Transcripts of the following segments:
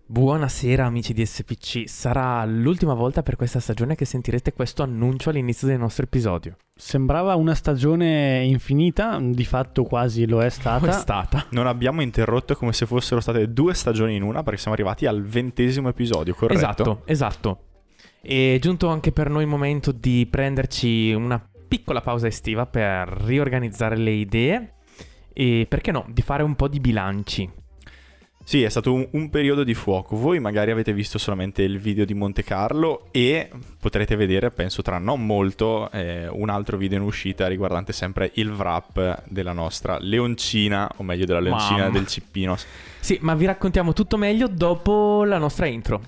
Buonasera amici di SPC, sarà l'ultima volta per questa stagione che sentirete questo annuncio all'inizio del nostro episodio. Sembrava una stagione infinita, di fatto quasi lo è stata. Non abbiamo interrotto come se fossero state 2 stagioni in una, perché siamo arrivati al 20° episodio, corretto? Esatto. È giunto anche per noi il momento di prenderci una piccola pausa estiva per riorganizzare le idee e, perché no, di fare un po' di bilanci. Sì, è stato un periodo di fuoco. Voi magari avete visto solamente il video di Monte Carlo e potrete vedere, penso tra non molto, un altro video in uscita riguardante sempre il wrap della nostra leoncina, o meglio della leoncina del Cippino. Sì, ma vi raccontiamo tutto meglio dopo la nostra intro.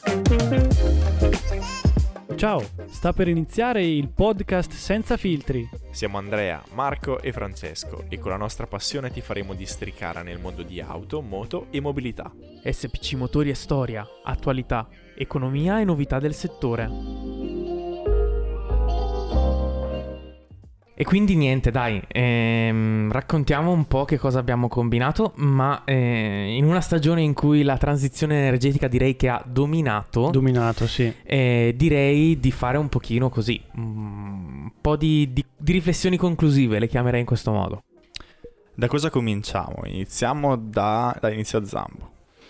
Ciao, sta per iniziare il podcast Senza Filtri. Siamo Andrea, Marco e Francesco e con la nostra passione ti faremo districare nel mondo di auto, moto e mobilità. SPC Motori e Storia, attualità, economia e novità del settore. E quindi niente, dai, raccontiamo un po' che cosa abbiamo combinato, ma in una stagione in cui la transizione energetica direi che ha dominato, sì. Direi di fare un pochino così, un po' di riflessioni conclusive, le chiamerei in questo modo. Da cosa cominciamo? Iniziamo da inizio Zambo.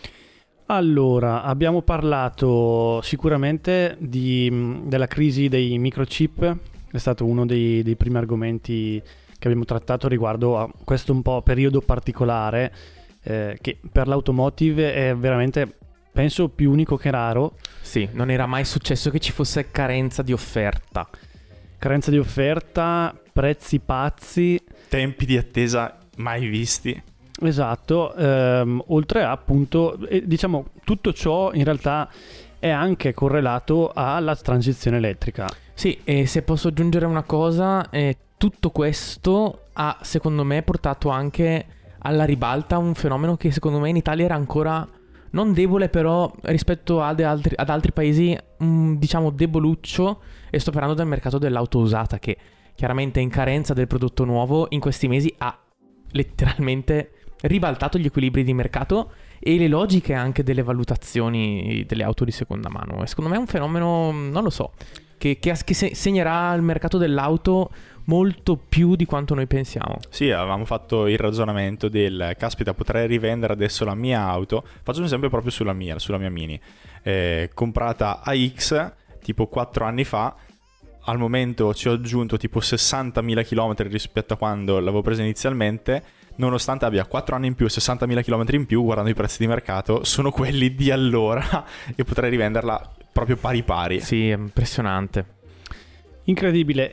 Allora, abbiamo parlato sicuramente della crisi dei microchip. È stato uno dei primi argomenti che abbiamo trattato riguardo a questo un po' periodo particolare che per l'automotive è veramente, penso, più unico che raro. Sì, non era mai successo che ci fosse carenza di offerta. Carenza di offerta, prezzi pazzi. Tempi di attesa mai visti. Esatto, oltre a appunto, diciamo, tutto ciò in realtà è anche correlato alla transizione elettrica. Sì, e se posso aggiungere una cosa, tutto questo ha secondo me portato anche alla ribalta un fenomeno che secondo me in Italia era ancora non debole, però rispetto ad altri paesi diciamo deboluccio, e sto parlando del mercato dell'auto usata che chiaramente in carenza del prodotto nuovo in questi mesi ha letteralmente ribaltato gli equilibri di mercato e le logiche anche delle valutazioni delle auto di seconda mano. E secondo me è un fenomeno, non lo so, che segnerà il mercato dell'auto molto più di quanto noi pensiamo. Sì, avevamo fatto il ragionamento del caspita, potrei rivendere adesso la mia auto. Faccio un esempio proprio sulla mia Mini, comprata a X tipo 4 anni fa. Al momento ci ho aggiunto tipo 60.000 km rispetto a quando l'avevo presa inizialmente. Nonostante abbia 4 anni in più e 60.000 km in più, guardando i prezzi di mercato, sono quelli di allora e potrei rivenderla proprio pari pari. Sì, è impressionante. Incredibile.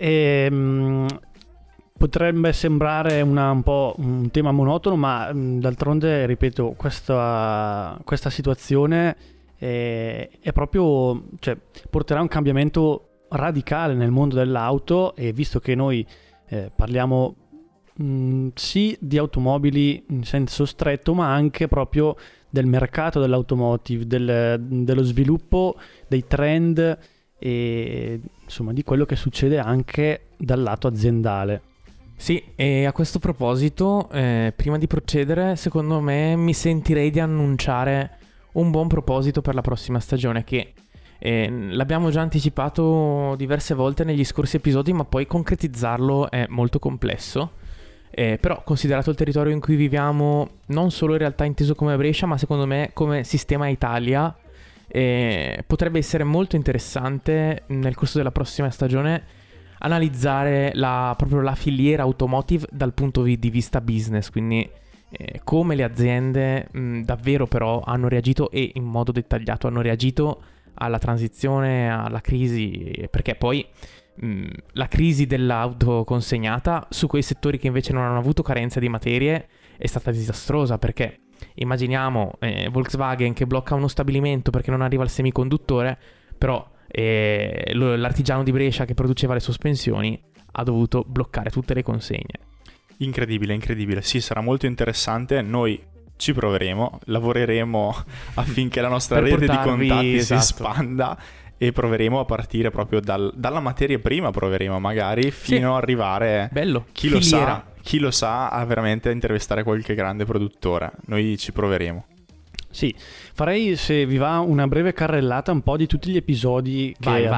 Potrebbe sembrare un po' un tema monotono, ma d'altronde, ripeto, questa situazione è proprio, cioè, porterà un cambiamento radicale nel mondo dell'auto. E visto che noi parliamo sì di automobili in senso stretto, ma anche proprio del mercato dell'automotive, dello sviluppo, dei trend e insomma di quello che succede anche dal lato aziendale. Sì, e a questo proposito, prima di procedere, secondo me mi sentirei di annunciare un buon proposito per la prossima stagione che l'abbiamo già anticipato diverse volte negli scorsi episodi, ma poi concretizzarlo è molto complesso. Però considerato il territorio in cui viviamo, non solo in realtà inteso come Brescia, ma secondo me come sistema Italia, potrebbe essere molto interessante nel corso della prossima stagione analizzare proprio la filiera automotive dal punto di vista business, quindi come le aziende davvero però hanno reagito e in modo dettagliato hanno reagito alla transizione, alla crisi, perché poi la crisi dell'auto consegnata su quei settori che invece non hanno avuto carenza di materie è stata disastrosa, perché immaginiamo Volkswagen che blocca uno stabilimento perché non arriva il semiconduttore, però l'artigiano di Brescia che produceva le sospensioni ha dovuto bloccare tutte le consegne. Incredibile. Sì, sarà molto interessante. Noi ci proveremo, lavoreremo affinché la nostra rete di contatti esatto, si espanda e proveremo a partire proprio dalla materia prima, proveremo magari fino ad arrivare, bello, chi lo sa, a veramente intervistare qualche grande produttore. Noi ci proveremo. Sì, farei, se vi va, una breve carrellata un po' di tutti gli episodi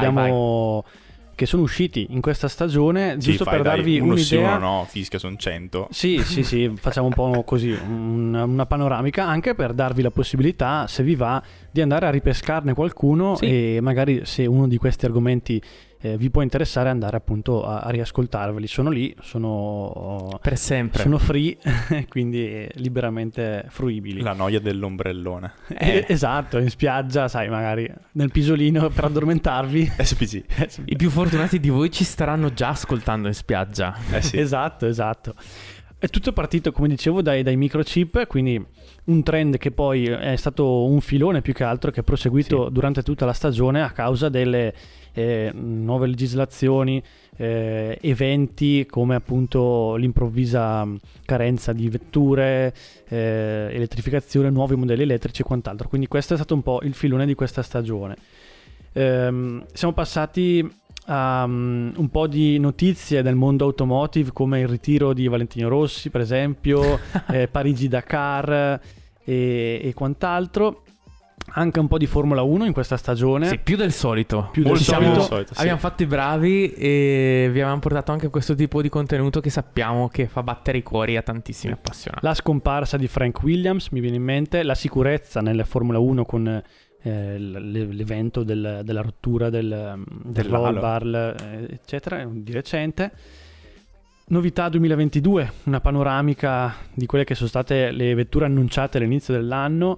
che sono usciti in questa stagione, giusto per darvi uno un'idea. Sì, uno no, fischia, sono 100. Sì, facciamo un po' così, una panoramica, anche per darvi la possibilità, se vi va, di andare a ripescarne qualcuno, e magari, se uno di questi argomenti vi può interessare, andare appunto a riascoltarveli. Sono lì, sono per sempre, sono free, quindi liberamente fruibili. La noia dell'ombrellone. Esatto, in spiaggia, sai, magari nel pisolino per addormentarvi. SPG. I più fortunati di voi ci staranno già ascoltando in spiaggia. Sì. Esatto. È tutto partito, come dicevo, dai microchip, quindi un trend che poi è stato un filone più che altro, che è proseguito durante tutta la stagione a causa delle nuove legislazioni, eventi come appunto l'improvvisa carenza di vetture, elettrificazione, nuovi modelli elettrici e quant'altro. Quindi questo è stato un po' il filone di questa stagione. Siamo passati a un po' di notizie del mondo automotive, come il ritiro di Valentino Rossi, per esempio, Parigi-Dakar e quant'altro. Anche un po' di Formula 1 in questa stagione. Sì, più del solito. Molto più del solito, Abbiamo fatto i bravi e vi avevamo portato anche questo tipo di contenuto che sappiamo che fa battere i cuori a tantissimi appassionati. La scomparsa di Frank Williams mi viene in mente, la sicurezza nella Formula 1 con l'evento della rottura del roll bar, eccetera, di recente. Novità 2022, una panoramica di quelle che sono state le vetture annunciate all'inizio dell'anno.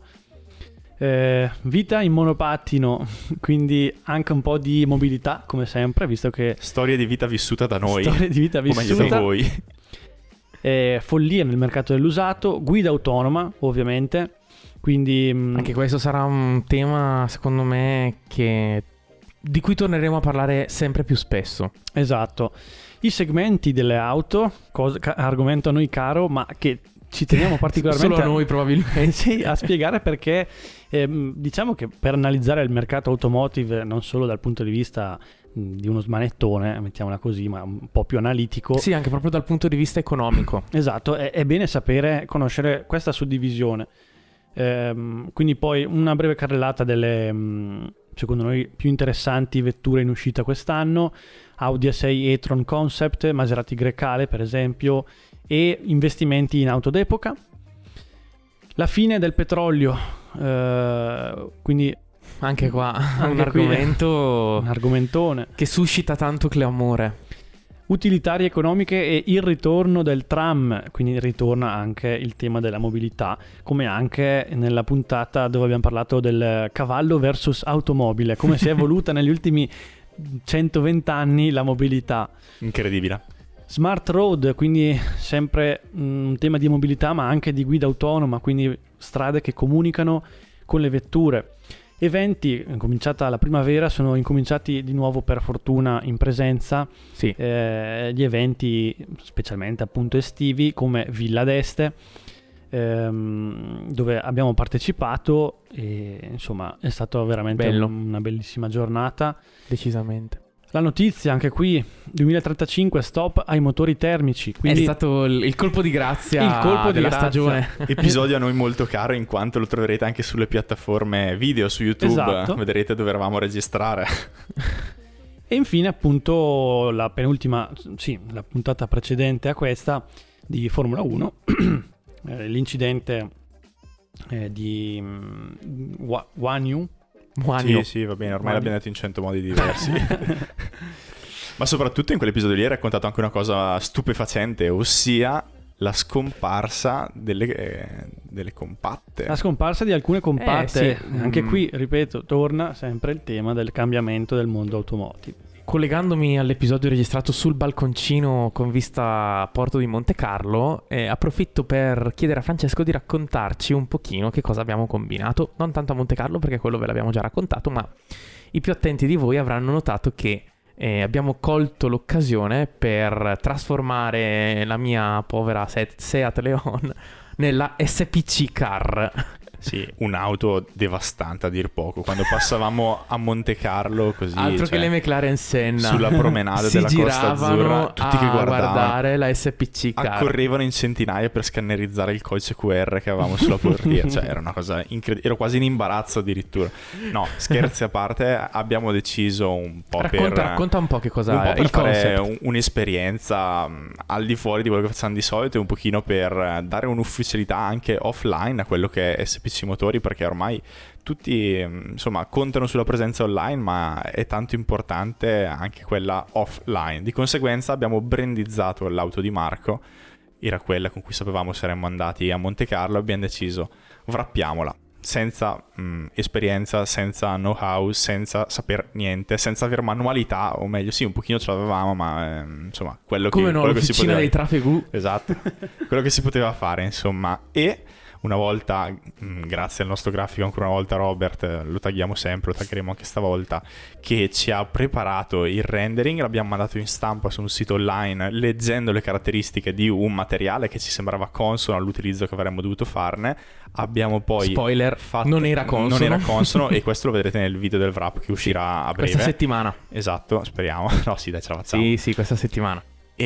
Vita in monopattino, quindi anche un po' di mobilità, come sempre, visto che storia di vita vissuta da noi, storia di vita vissuta, o meglio da voi. Follia nel mercato dell'usato, guida autonoma, ovviamente, quindi anche questo sarà un tema, secondo me, di cui torneremo a parlare sempre più spesso. Esatto. I segmenti delle auto, argomento a noi caro, ma che ci teniamo particolarmente solo a noi probabilmente a spiegare, perché diciamo che per analizzare il mercato automotive, non solo dal punto di vista di uno smanettone, mettiamola così, ma un po' più analitico. Sì, anche proprio dal punto di vista economico. Esatto, è bene conoscere questa suddivisione. Quindi poi una breve carrellata delle secondo noi più interessanti vetture in uscita quest'anno: Audi A6 e-tron Concept, Maserati Grecale per esempio, e investimenti in auto d'epoca. La fine del petrolio, quindi anche qua un argomentone che suscita tanto clamore. Utilitarie economiche e il ritorno del tram, quindi ritorna anche il tema della mobilità, come anche nella puntata dove abbiamo parlato del cavallo versus automobile, come si è evoluta negli ultimi 120 anni la mobilità. Incredibile. Smart road, quindi sempre un tema di mobilità ma anche di guida autonoma, quindi strade che comunicano con le vetture. Eventi, cominciata la primavera, sono incominciati di nuovo per fortuna in presenza. Sì. Gli eventi specialmente appunto estivi, come Villa d'Este, dove abbiamo partecipato, e insomma è stato veramente una bellissima giornata. Decisamente. La notizia anche qui, 2035 stop ai motori termici. Quindi è stato il colpo di grazia della stagione. Episodio a noi molto caro, in quanto lo troverete anche sulle piattaforme video su YouTube. Esatto. Vedrete dove eravamo a registrare. E infine appunto la penultima, la puntata precedente a questa di Formula 1, l'incidente di Guanyu. Sì, va bene, ormai l'abbiamo detto in 100 modi diversi. Ma soprattutto in quell'episodio lì hai raccontato anche una cosa stupefacente, ossia la scomparsa delle compatte. La scomparsa di alcune compatte. Sì. Anche qui, ripeto, torna sempre il tema del cambiamento del mondo automotive. Collegandomi all'episodio registrato sul balconcino con vista a Porto di Monte Carlo, approfitto per chiedere a Francesco di raccontarci un pochino che cosa abbiamo combinato. Non tanto a Monte Carlo, perché quello ve l'abbiamo già raccontato, ma i più attenti di voi avranno notato che abbiamo colto l'occasione per trasformare la mia povera Seat Leon nella SPC Car. Sì, un'auto devastante a dir poco. Quando passavamo a Monte Carlo così, Altro che le McLaren Senna. sulla promenade si della Costa Azzurra, tutti che guardare la SPC car. accorrevano in centinaia per scannerizzare il codice QR che avevamo sulla portiera. Cioè era una cosa incredibile, ero quasi in imbarazzo addirittura. No, scherzi a parte, abbiamo deciso un po' racconta un po' che cosa un po' è per il fare concept. un'esperienza al di fuori di quello che facciamo di solito e un pochino per dare un'ufficialità anche offline a quello che è SPC Motori, perché ormai tutti insomma contano sulla presenza online, ma è tanto importante anche quella offline. Di conseguenza abbiamo brandizzato l'auto di Marco, era quella con cui sapevamo saremmo andati a Monte Carlo, abbiamo deciso wrappiamola senza esperienza, senza know-how, senza saper niente, senza aver manualità, o meglio sì, un pochino ce l'avevamo, ma insomma quello Come che, no, quello che si l'officina poteva, dei trafegu. esatto, quello che si poteva fare insomma. E una volta, grazie al nostro grafico ancora una volta Robert, lo tagghiamo sempre, lo taggeremo anche stavolta, che ci ha preparato il rendering, l'abbiamo mandato in stampa su un sito online leggendo le caratteristiche di un materiale che ci sembrava consono all'utilizzo che avremmo dovuto farne. Abbiamo poi Spoiler, non era consono. E questo lo vedrete nel video del wrap che uscirà a breve. Questa settimana. Esatto, speriamo. No sì, dai, ce la facciamo. Sì, questa settimana.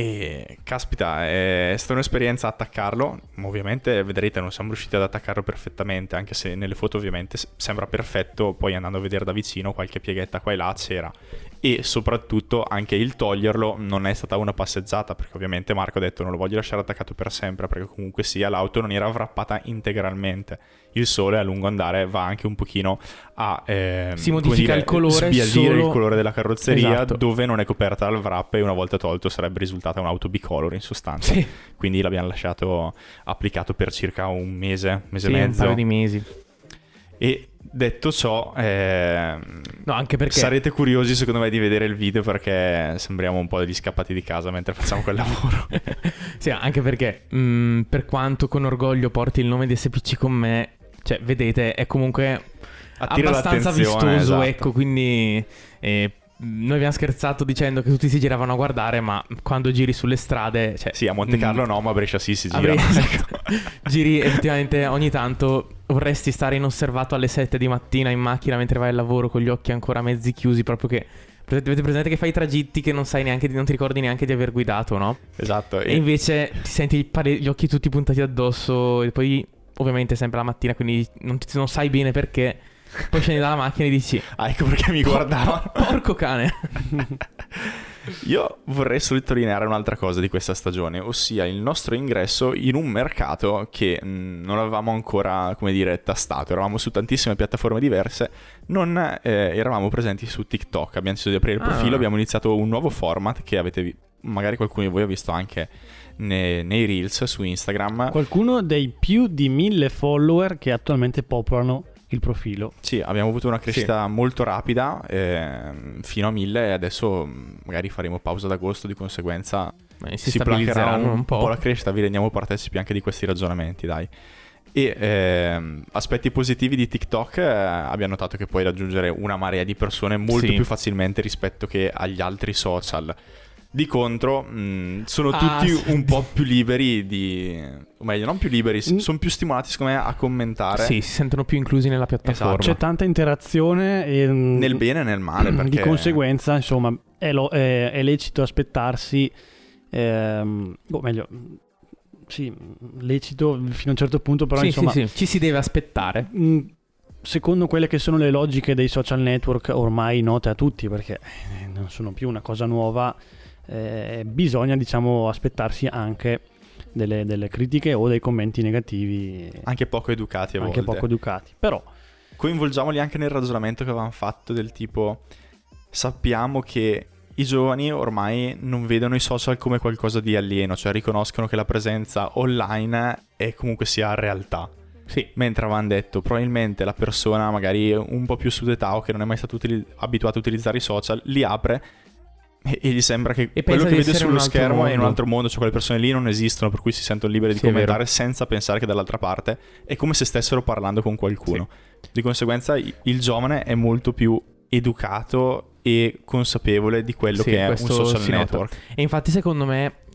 E caspita, è stata un'esperienza attaccarlo. Ovviamente vedrete non siamo riusciti ad attaccarlo perfettamente, anche se nelle foto ovviamente sembra perfetto, poi andando a vedere da vicino qualche pieghetta qua e là c'era. E soprattutto anche il toglierlo non è stata una passeggiata, perché ovviamente Marco ha detto non lo voglio lasciare attaccato per sempre, perché comunque sia l'auto non era wrappata integralmente. Il sole a lungo andare va anche un pochino a si modifica il colore, sbiadire solo il colore della carrozzeria, esatto, dove non è coperta dal wrap, e una volta tolto sarebbe risultata un'auto bicolor in sostanza. Sì. Quindi l'abbiamo lasciato applicato per circa un mese e sì, mezzo, un paio di mesi. E detto ciò, no, anche perché sarete curiosi secondo me di vedere il video, perché sembriamo un po' degli scappati di casa mentre facciamo quel lavoro. sì, anche perché per quanto con orgoglio porti il nome di SPC con me, cioè vedete è comunque Attira abbastanza l'attenzione, vistoso, esatto. ecco, quindi noi abbiamo scherzato dicendo che tutti si giravano a guardare, ma quando giri sulle strade, cioè, Sì, a Monte Carlo no, ma a Brescia sì si gira. esatto. Giri effettivamente ogni tanto, vorresti stare inosservato alle 7 di mattina in macchina mentre vai al lavoro con gli occhi ancora mezzi chiusi, proprio che avete presente che fai i tragitti che non sai neanche, non ti ricordi neanche di aver guidato, no? Esatto. E invece ti senti gli occhi tutti puntati addosso, e poi ovviamente sempre la mattina, quindi non sai bene perché. Poi scendi dalla macchina e dici Ah, ecco perché mi guardava. porco cane. Io vorrei sottolineare un'altra cosa di questa stagione, ossia il nostro ingresso in un mercato che non avevamo ancora, come dire, tastato. Eravamo su tantissime piattaforme diverse, non eravamo presenti su TikTok. Abbiamo deciso di aprire il profilo, abbiamo iniziato un nuovo format che avete magari qualcuno di voi ha visto anche nei Reels su Instagram. Qualcuno dei più di 1000 follower che attualmente popolano il profilo. Sì, abbiamo avuto una crescita molto rapida, fino a 1000, e adesso magari faremo pausa ad agosto, di conseguenza si placherà un po' la crescita, vi rendiamo partecipi anche di questi ragionamenti, dai. E aspetti positivi di TikTok, abbiamo notato che puoi raggiungere una marea di persone molto più facilmente rispetto che agli altri social. Di contro sono tutti un po' più liberi o meglio non più liberi, sono più stimolati secondo me a commentare. Sì, si sentono più inclusi nella piattaforma. C'è tanta interazione nel bene e nel male, perché di conseguenza insomma è lecito aspettarsi o meglio sì, lecito fino a un certo punto, però insomma ci si deve aspettare. Secondo quelle che sono le logiche dei social network ormai note a tutti, perché non sono più una cosa nuova, bisogna diciamo aspettarsi anche delle critiche o dei commenti negativi, anche poco educati a volte. Anche poco educati, però coinvolgiamoli anche nel ragionamento che avevamo fatto, del tipo sappiamo che i giovani ormai non vedono i social come qualcosa di alieno, cioè riconoscono che la presenza online è comunque sia realtà. Sì. Mentre avevano detto probabilmente la persona magari un po' più su d'età o che non è mai stato abituato a utilizzare i social, li apre e gli sembra che quello che vede sullo schermo è un altro mondo, cioè quelle persone lì non esistono, per cui si sentono liberi di commentare senza pensare che dall'altra parte è come se stessero parlando con qualcuno. Di conseguenza il giovane è molto più educato e consapevole di quello che è un social network. E infatti secondo me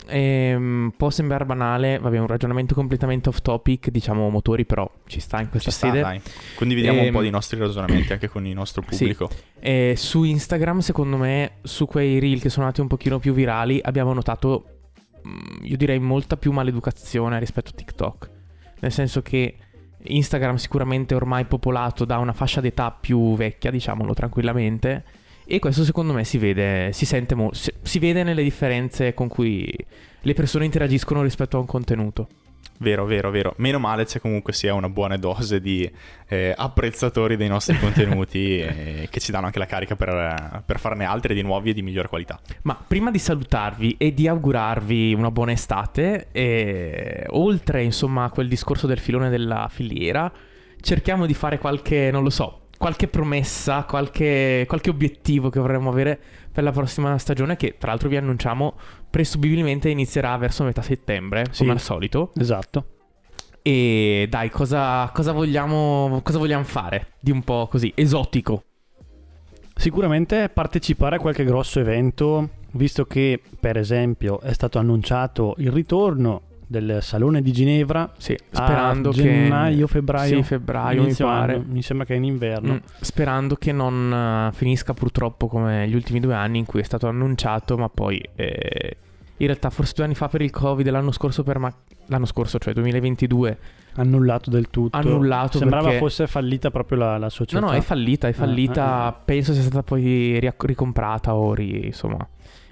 può sembrare banale, vabbè, un ragionamento completamente off topic, diciamo motori, però ci sta in questa sede. Dai. Condividiamo un po' dei nostri ragionamenti anche con il nostro pubblico. Sì. Su Instagram, secondo me, su quei reel che sono andati un pochino più virali, abbiamo notato, io direi, molta più maleducazione rispetto a TikTok. Nel senso che Instagram sicuramente è ormai popolato da una fascia d'età più vecchia, diciamolo tranquillamente, e questo secondo me si vede, si vede nelle differenze con cui le persone interagiscono rispetto a un contenuto. Vero. Meno male c'è comunque sia una buona dose di apprezzatori dei nostri contenuti che ci danno anche la carica per farne altri di nuovi e di miglior qualità. Ma prima di salutarvi e di augurarvi una buona estate, oltre insomma a quel discorso del filone della filiera, cerchiamo di fare qualche promessa, qualche obiettivo che vorremmo avere per la prossima stagione, che tra l'altro vi annunciamo presumibilmente inizierà verso metà settembre, come al solito. Esatto. E dai, cosa vogliamo fare di un po' così esotico? Sicuramente partecipare a qualche grosso evento, visto che per esempio è stato annunciato il ritorno del Salone di Ginevra, sì, sperando a gennaio, febbraio. Sì, febbraio mi pare. Mi sembra che è in inverno. Sperando che non finisca purtroppo come gli ultimi 2 anni in cui è stato annunciato, ma poi in realtà forse 2 anni fa per il Covid, l'anno scorso, cioè 2022, annullato del tutto. Sembrava perché fosse fallita proprio la società. No, è fallita. Penso sia stata poi ricomprata o insomma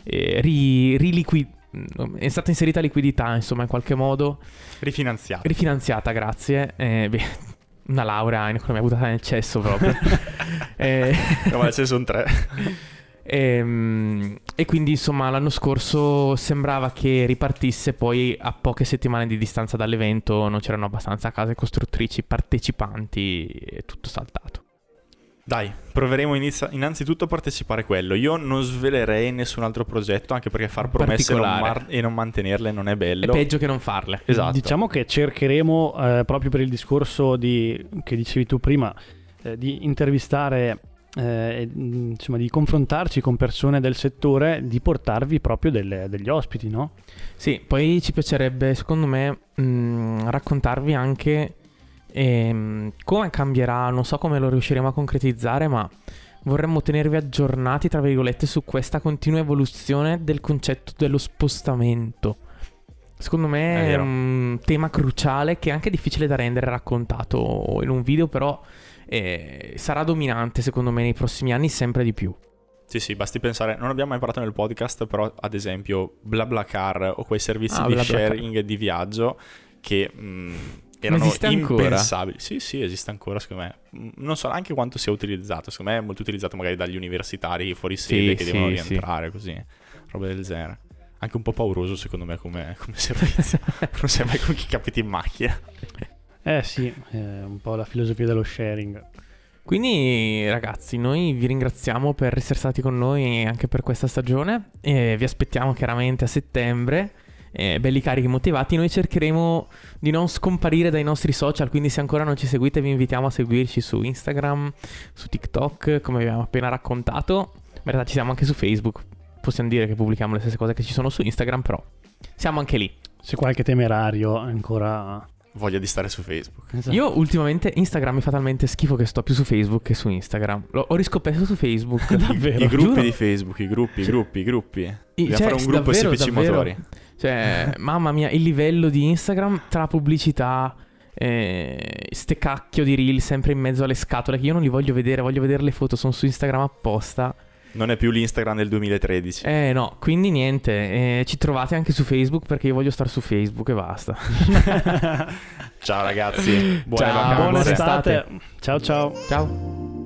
è stata inserita liquidità, insomma, in qualche modo rifinanziata, grazie. Una laurea in economia buttata nel cesso proprio. No, ma ce ne sono 3. E quindi insomma l'anno scorso sembrava che ripartisse, poi a poche settimane di distanza dall'evento non c'erano abbastanza case costruttrici partecipanti e tutto saltato. Dai, proveremo innanzitutto a partecipare a quello. Io non svelerei nessun altro progetto, anche perché far promesse e non mantenerle non è bello. È peggio che non farle. Esatto. Diciamo che cercheremo, proprio per il discorso che dicevi tu prima, di intervistare, insomma di confrontarci con persone del settore, di portarvi proprio degli ospiti, no? Sì, poi ci piacerebbe, secondo me, raccontarvi anche come cambierà, non so come lo riusciremo a concretizzare, ma vorremmo tenervi aggiornati, tra virgolette, su questa continua evoluzione del concetto dello spostamento. Secondo me è un tema cruciale che è anche difficile da rendere raccontato in un video, però sarà dominante secondo me nei prossimi anni sempre di più. Sì, basti pensare, non abbiamo mai parlato nel podcast, però ad esempio BlaBlaCar o quei servizi di sharing di viaggio che erano impensabili. Sì, esiste ancora, secondo me. Non so neanche quanto sia utilizzato. Secondo me è molto utilizzato magari dagli universitari fuori sede che devono rientrare, così, roba del genere. Anche un po' pauroso secondo me come servizio. Non sai mai con chi capiti in macchina. Sì, un po' la filosofia dello sharing. Quindi ragazzi, noi vi ringraziamo per essere stati con noi anche per questa stagione e vi aspettiamo chiaramente a settembre. Belli carichi, motivati. Noi cercheremo di non scomparire dai nostri social, quindi se ancora non ci seguite vi invitiamo a seguirci su Instagram, su TikTok, come abbiamo appena raccontato. In realtà ci siamo anche su Facebook, possiamo dire che pubblichiamo le stesse cose che ci sono su Instagram, però siamo anche lì. Se qualche temerario ancora voglia di stare su Facebook. Esatto. Io ultimamente Instagram mi fa talmente schifo che sto più su Facebook che su Instagram. Ho riscoperto su Facebook. Davvero? I gruppi di Facebook, i gruppi. Dobbiamo fare un gruppo davvero, SPC Motori. Cioè, mamma mia, il livello di Instagram tra pubblicità, ste cacchio di reel sempre in mezzo alle scatole che io non li voglio vedere le foto, sono su Instagram apposta. Non è più l'Instagram del 2013. No, quindi niente, ci trovate anche su Facebook perché io voglio stare su Facebook e basta. Ciao ragazzi, buone buona vacanze. estate. Ciao. Ciao.